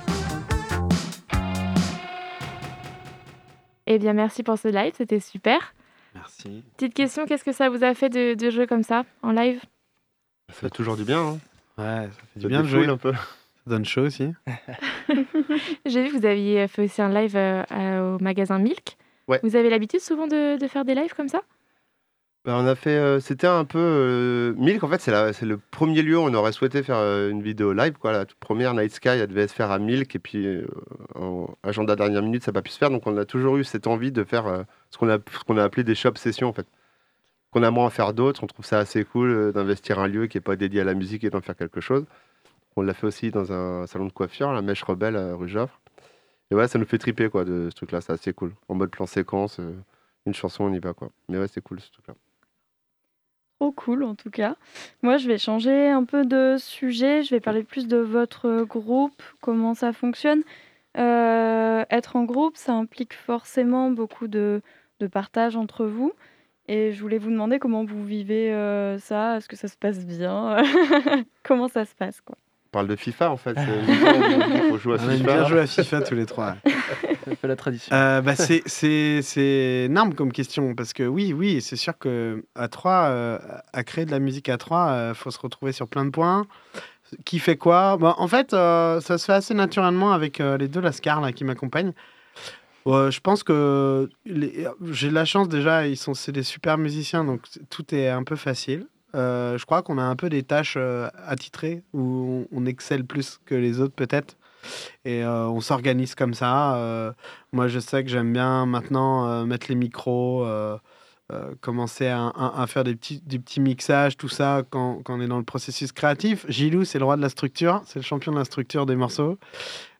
Eh bien, merci pour ce live, c'était super. Merci. Petite question, qu'est-ce que ça vous a fait de, de jouer comme ça, en live? Ça fait toujours du bien. Hein. Ouais, ça fait du Ça bien de défoule jouer. un peu. Ça donne chaud aussi. J'ai vu que vous aviez fait aussi un live euh, à- au magasin Milk. Ouais. Vous avez l'habitude souvent de, de faire des lives comme ça? Bah, on a fait, euh, c'était un peu euh, Milk. En fait, c'est la- c'est le premier lieu où on aurait souhaité faire euh, une vidéo live, quoi. La toute première Night Sky, elle devait se faire à Milk, et puis euh, en agenda dernière minute, ça n'a pas pu se faire. Donc, on a toujours eu cette envie de faire euh, ce qu'on a, ce qu'on a appelé des shop sessions, en fait. Qu'on aimerait en faire d'autres. On trouve ça assez cool euh, d'investir un lieu qui n'est pas dédié à la musique et d'en faire quelque chose. On l'a fait aussi dans un salon de coiffure, la Mèche Rebelle à rue Joffre. Et ouais, ça nous fait triper, quoi, de ce truc-là. C'est assez cool. En mode plan séquence, euh, une chanson, on y va, quoi. Mais ouais, c'est cool, ce truc-là. Trop cool en tout cas. Moi, je vais changer un peu de sujet. Je vais parler plus de votre groupe, comment ça fonctionne. Euh, être en groupe, ça implique forcément beaucoup de, de partage entre vous. Et je voulais vous demander comment vous vivez euh, ça. Est-ce que ça se passe bien? Comment ça se passe, quoi? On parle de FIFA, en fait. Il faut jouer à On aime FIFA. bien jouer à FIFA tous les trois. ouais. C'est un peu la tradition. Euh, bah, c'est, c'est, c'est énorme comme question parce que oui, oui, c'est sûr que à trois, euh, à créer de la musique à trois, euh, faut se retrouver sur plein de points. Qui fait quoi? Bah, en fait, euh, ça se fait assez naturellement avec euh, les deux Lascar là, qui m'accompagnent. Ouais, je pense que les- j'ai de la chance déjà, ils sont, c'est des super musiciens, donc c'est- tout est un peu facile. Euh, je crois qu'on a un peu des tâches euh, attitrées où on, on excelle plus que les autres peut-être. Et euh, on s'organise comme ça. Euh, moi, je sais que j'aime bien maintenant euh, mettre les micros, euh, euh, commencer à, à- à faire des petits, des petits mixages, tout ça, quand, quand on est dans le processus créatif. Gilou, c'est le roi de la structure, c'est le champion de la structure des morceaux.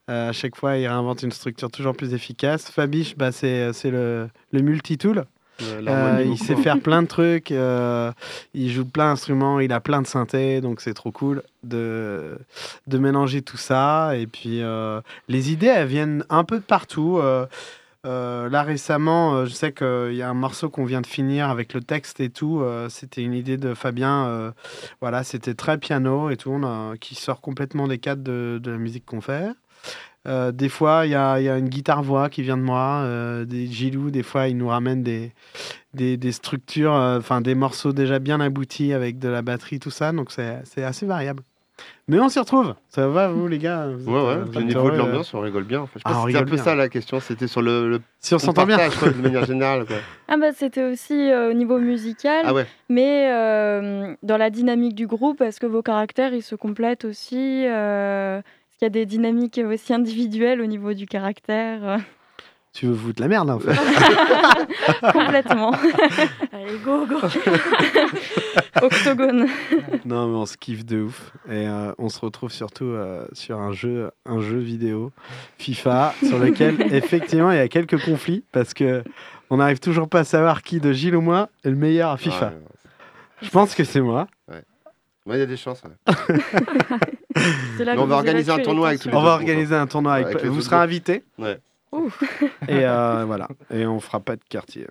Euh, à chaque fois, il réinvente une structure toujours plus efficace. Fabiche, bah, c'est, c'est le, le multitool. Euh, il sait faire plein de trucs, euh, il joue plein d'instruments, il a plein de synthés, donc c'est trop cool de, de mélanger tout ça. Et puis euh, les idées, elles viennent un peu de partout. Euh, euh, là récemment, euh, je sais qu'il y a un morceau qu'on vient de finir avec le texte et tout. Euh, c'était une idée de Fabien. Euh, voilà, c'était très piano et tout, on a, qui sort complètement des cadres de, de la musique qu'on fait. Euh, des fois, il y a, y a une guitare-voix qui vient de moi. Euh, des Gilou, des fois, il nous ramène des, des, des structures, enfin euh, des morceaux déjà bien aboutis avec de la batterie, tout ça. Donc, c'est, c'est assez variable. Mais on s'y retrouve. Ça va, vous, les gars? Vous Ouais, êtes, ouais. euh, Au niveau de euh, l'ambiance, on rigole bien. En fait. Je pense Ah, on que c'était un rigole peu bien. ça la question. C'était sur le. le Si on s'entend bien. partage, quoi, de manière générale. Quoi. Ah bah c'était aussi euh, au niveau musical, Ah ouais. mais euh, dans la dynamique du groupe, est-ce que vos caractères ils se complètent aussi euh, Est-ce qu'il y a des dynamiques aussi individuelles au niveau du caractère? Tu veux foutre la merde, là, en fait. Complètement. Allez, go, go. Octogone. Non, mais on se kiffe de ouf. Et euh, on se retrouve surtout euh, sur un jeu, un jeu vidéo, FIFA, sur lequel, effectivement, il y a quelques conflits, parce que on n'arrive toujours pas à savoir qui de Gilles ou moi est le meilleur à FIFA. Ouais, Je pense que c'est moi. Moi, il y a des chances. Ouais. C'est là Mais que on va vous organiser un évacuez tournoi les avec tous les On deux va groupes, organiser un tournoi avec, Ouais, avec les vous autres serez groupes. invités. Ouais. Et euh, voilà. Et on fera pas de quartier.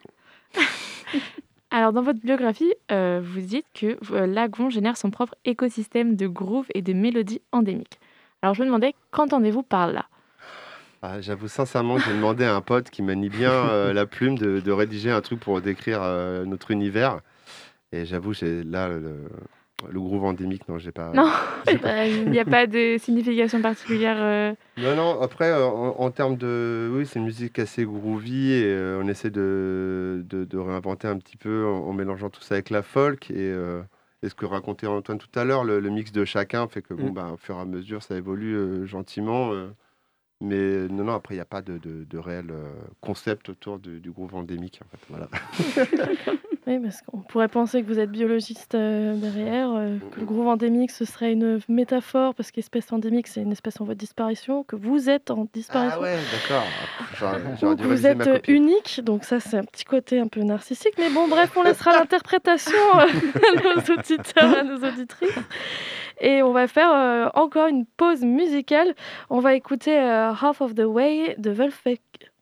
Alors, dans votre biographie, euh, vous dites que euh, Lagon génère son propre écosystème de grooves et de mélodies endémiques. Alors, je me demandais, qu'entendez-vous par là? Ah, j'avoue sincèrement que j'ai demandé à un pote qui manie bien euh, la plume de, de rédiger un truc pour décrire euh, notre univers. Et j'avoue, j'ai là le, le groove endémique, non, j'ai pas. Non, j'ai pas- euh, il n'y a pas de signification particulière. euh, Non, non, après, euh, en, en termes de. Oui, c'est une musique assez groovy et euh, on essaie de, de, de réinventer un petit peu en, en mélangeant tout ça avec la folk. Et, euh, et ce que racontait Antoine tout à l'heure, le, le mix de chacun fait que, bon, Mm. bah, au fur et à mesure, ça évolue euh, gentiment. euh, mais non, non, après, il n'y a pas de, de, de réel euh, concept autour du, du groove endémique. En fait, voilà. Oui, parce qu'on pourrait penser que vous êtes biologiste euh, derrière, euh, que le groove endémique ce serait une métaphore parce qu'espèce endémique c'est une espèce en voie de disparition, que vous êtes en disparition. Ah ouais, d'accord. J'aurais, j'aurais Donc dû vous réviser êtes ma euh, copie. unique, donc ça c'est un petit côté un peu narcissique, mais bon bref, on laissera l'interprétation euh, à nos auditeurs, à nos auditrices. Et on va faire euh, encore une pause musicale. On va écouter euh, Half of the Way de Wolfpack.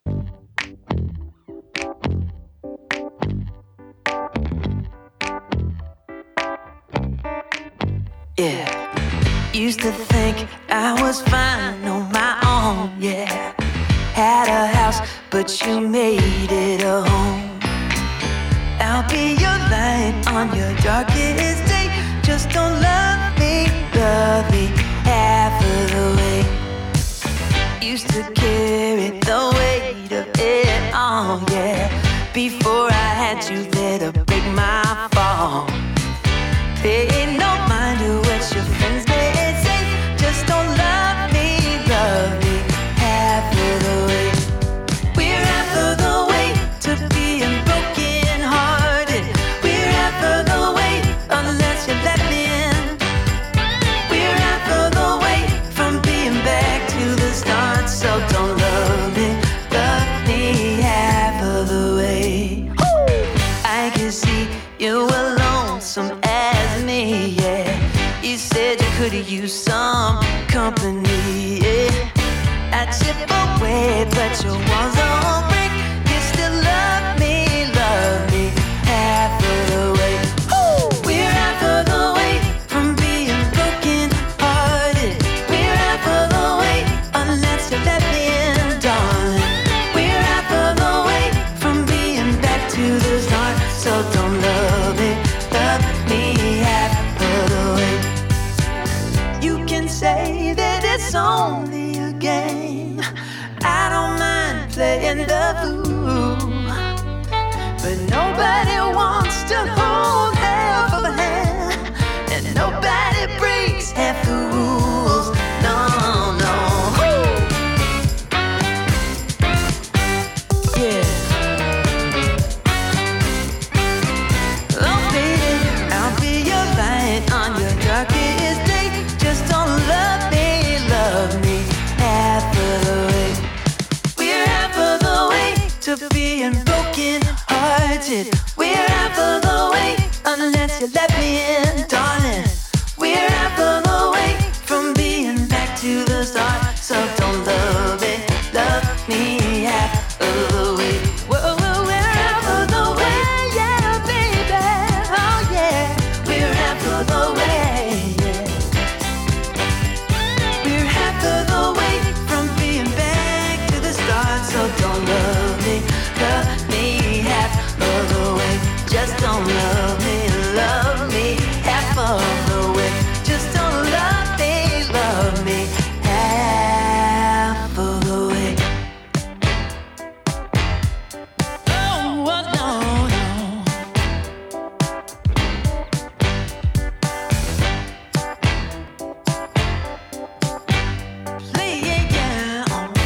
Yeah, used to think I was fine on my own, yeah. Had a house, but you made it a home. I'll be your light on your darkest day. Just don't love me, love me half of the way. Used to carry the weight of it all, yeah. Before I had you there to break my fall. Pay no mind to what your friends may say. Just don't love me, love me half of the way. We're half of the way to being broken hearted. We're half of the way unless you let me in. We're half of the way from being back to the start. So don't love me, love me half of the way. I can see you were lonesome as me, yeah. You said you could use some company, yeah. I chip away, but your walls don't break. You still love me, love me half of the way. We're half of the way from being broken hearted. We're half of the way unless you let me in, darling. We're half of the way from being back to the start. So don't love me, love me half of the way. You can say that it's only a game. I don't mind playing the fool, but nobody wants to hold half of a hand, and nobody breaks half the rules. No, no. Yeah. Oh baby, I'll be your light on your darkest day. Just don't love me, love me half of it. We're half of the way, unless you let me in, darling. We're half of the way from being back to the start. So don't love me, love me half of the way. Whoa, whoa, we're half of the way, yeah, baby. Oh yeah, we're half of the way, yeah. We're half of the way from being back to the start. So don't love me, love me half of the way. Just don't love me, love me half of the way. Just don't love me, love me half of the way. Oh, oh, no, no. Play, yeah, yeah.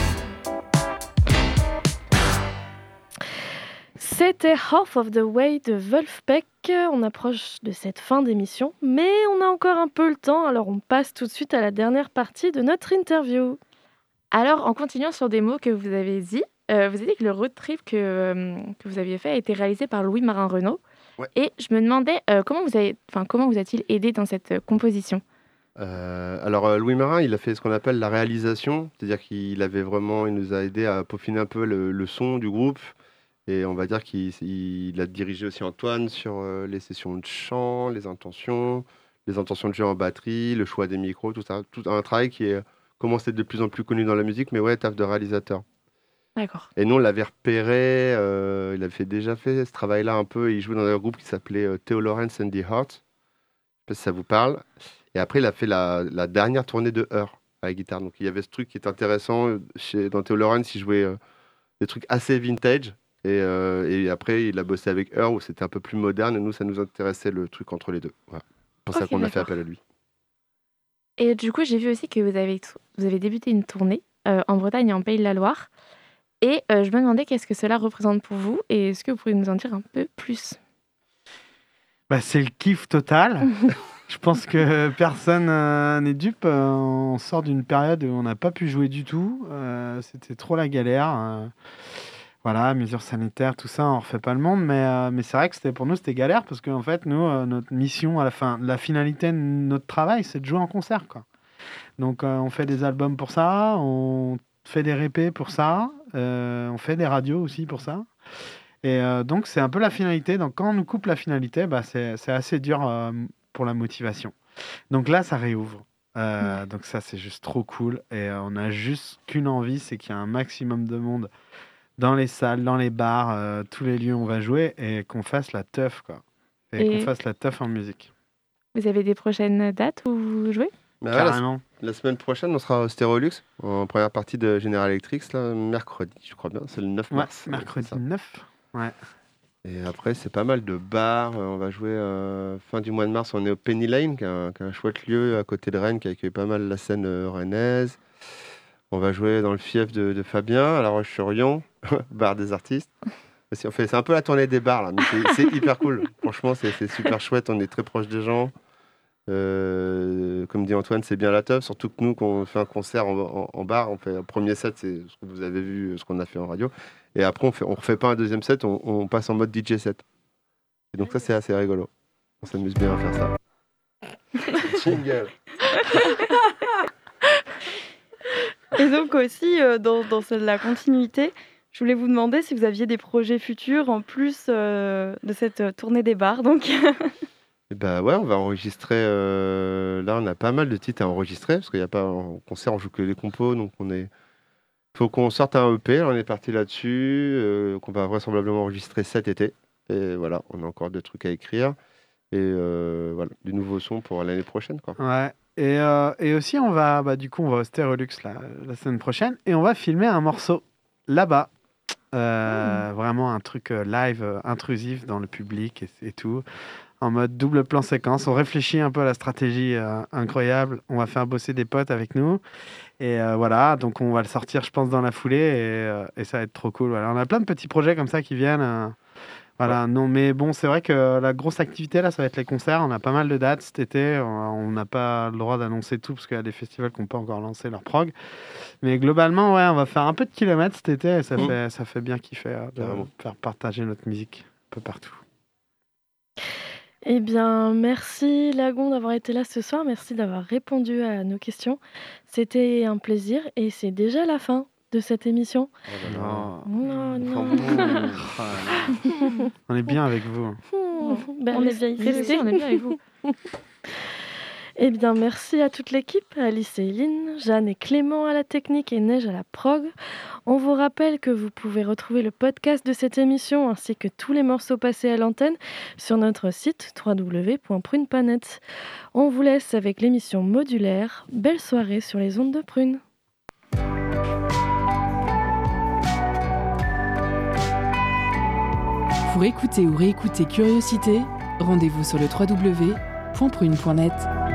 C'était Half of the Way de Wolfpack. On approche de cette fin d'émission, mais on a encore un peu le temps, alors on passe tout de suite à la dernière partie de notre interview. Alors, en continuant sur des mots que vous avez dit, euh, vous avez dit que le road trip que, euh, que vous aviez fait a été réalisé par Louis Marin-Renaud. Ouais. Et je me demandais euh, comment vous avez, enfin, comment vous a-t-il aidé dans cette euh, composition? Euh, alors euh, Louis Marin, il a fait ce qu'on appelle la réalisation, c'est-à-dire qu'il avait vraiment, il nous a aidé à peaufiner un peu le, le son du groupe, et on va dire qu'il il a dirigé aussi Antoine sur euh, les sessions de chant, les intentions, les intentions de jeu en batterie, le choix des micros, tout ça, tout un travail qui est commencé de plus en plus connu dans la musique, mais ouais, taf de réalisateur. D'accord. Et nous, on l'avait repéré, euh, il avait déjà fait ce travail-là un peu, il jouait dans un groupe qui s'appelait euh, Theo Lawrence and the Heart, je sais pas si ça vous parle. Et après, il a fait la, la dernière tournée de Heur à la guitare. Donc, il y avait ce truc qui est intéressant. euh, Chez, dans Theo Lawrence, il jouait euh, des trucs assez vintage. Et, euh, et après, il a bossé avec Heur où c'était un peu plus moderne. Et nous, ça nous intéressait le truc entre les deux. Voilà. C'est pour ça Ok, qu'on a fait d'accord. appel à lui. Et du coup, j'ai vu aussi que vous avez, vous avez débuté une tournée euh, en Bretagne et en Pays de la Loire. Et euh, je me demandais qu'est-ce que cela représente pour vous et est-ce que vous pourriez nous en dire un peu plus? Bah, c'est le kiff total. Je pense que personne euh, n'est dupe. Euh, on sort d'une période où on n'a pas pu jouer du tout. Euh, c'était trop la galère. Euh, voilà, mesures sanitaires, tout ça, on refait pas le monde. Mais, euh, mais c'est vrai que c'était, pour nous, c'était galère parce qu'en fait, nous, euh, notre mission, à la fin, la finalité de notre travail, c'est de jouer en concert, quoi. Donc, euh, on fait des albums pour ça, on fait des répés pour ça, euh, on fait des radios aussi pour ça. Et euh, donc, c'est un peu la finalité. Donc, quand on nous coupe la finalité, bah, c'est, c'est assez dur euh, pour la motivation. Donc là, ça réouvre. Euh, Ouais. Donc ça, c'est juste trop cool. Et euh, on a juste qu'une envie, c'est qu'il y ait un maximum de monde dans les salles, dans les bars, euh, tous les lieux où on va jouer, et qu'on fasse la teuf, quoi. Et, qu'on Et fasse la teuf en musique. vous avez des prochaines dates où vous jouez? Mais ouais, la, Carrément. la semaine prochaine, on sera au Stérolux, en première partie de General Electric, là, mercredi, je crois bien. C'est le neuf Ouais, mars. mercredi c'est ça. neuf. Ouais. Et après, c'est pas mal de bars. Euh, On va jouer euh, fin du mois de mars. On est au Penny Lane, qui est un, qui est un chouette lieu à côté de Rennes, qui accueille pas mal la scène euh, rennaise. On va jouer dans le fief de, de Fabien, à La Roche-sur-Yon, bar des artistes. Aussi, on fait, c'est un peu la tournée des bars, là, mais c'est, c'est hyper cool. Franchement, c'est, c'est super chouette. On est très proche des gens. Euh, comme dit Antoine, c'est bien la teuf. Surtout que nous, quand on fait un concert en, en- en bar, on fait un premier set, c'est ce que vous avez vu, ce qu'on a fait en radio. Et après, on fait, on refait pas un deuxième set, on, on passe en mode D J set. Et donc ça, c'est assez rigolo. On s'amuse bien à faire ça. Jingle. Et donc aussi, euh, dans, dans ce- la continuité, je voulais vous demander si vous aviez des projets futurs en plus euh, de cette euh, tournée des bars. Donc, Et bah ouais, on va enregistrer. euh, Là, on a pas mal de titres à enregistrer parce qu'il y a pas en concert, on joue que les compos, donc on est. Faut qu'on sorte un E P. On est parti là-dessus, euh, qu'on va vraisemblablement enregistrer cet été. Et voilà, on a encore des trucs à écrire et euh, voilà, du nouveau son pour l'année prochaine, quoi. Ouais. Et, euh, et aussi, on va, bah, du coup, on va au Stérolux la, la semaine prochaine et on va filmer un morceau là-bas. Euh, Vraiment un truc euh, live euh, intrusif dans le public et, et tout, en mode double plan séquence. On réfléchit un peu à la stratégie euh, incroyable. On va faire bosser des potes avec nous. Et euh, voilà, donc on va le sortir, je pense, dans la foulée et, euh, et ça va être trop cool. Voilà. On a plein de petits projets comme ça qui viennent. euh, voilà, non, mais bon, c'est vrai que la grosse activité là, ça va être les concerts. On a pas mal de dates cet été. On on n'a pas le droit d'annoncer tout parce qu'il y a des festivals qui n'ont pas encore lancé leur prog. Mais globalement, ouais, on va faire un peu de kilomètres cet été et ça, Mmh. fait, ça fait bien kiffer euh, de Carrément. faire partager notre musique peu partout. Eh bien, merci Lagon d'avoir été là ce soir. Merci d'avoir répondu à nos questions. C'était un plaisir et c'est déjà la fin de cette émission. Oh non. Non, non. Oh là. On est bien avec vous. Ben, On est bien ici. restez. On est bien avec vous. Eh bien, merci à toute l'équipe, Alice et Eline, Jeanne et Clément à la technique et Neige à la prog. On vous rappelle que vous pouvez retrouver le podcast de cette émission ainsi que tous les morceaux passés à l'antenne sur notre site w w w point prune point net. On vous laisse avec l'émission Modulaire. Belle soirée sur les ondes de Prune. Pour écouter ou réécouter Curiosité, rendez-vous sur le w w w point prune point net.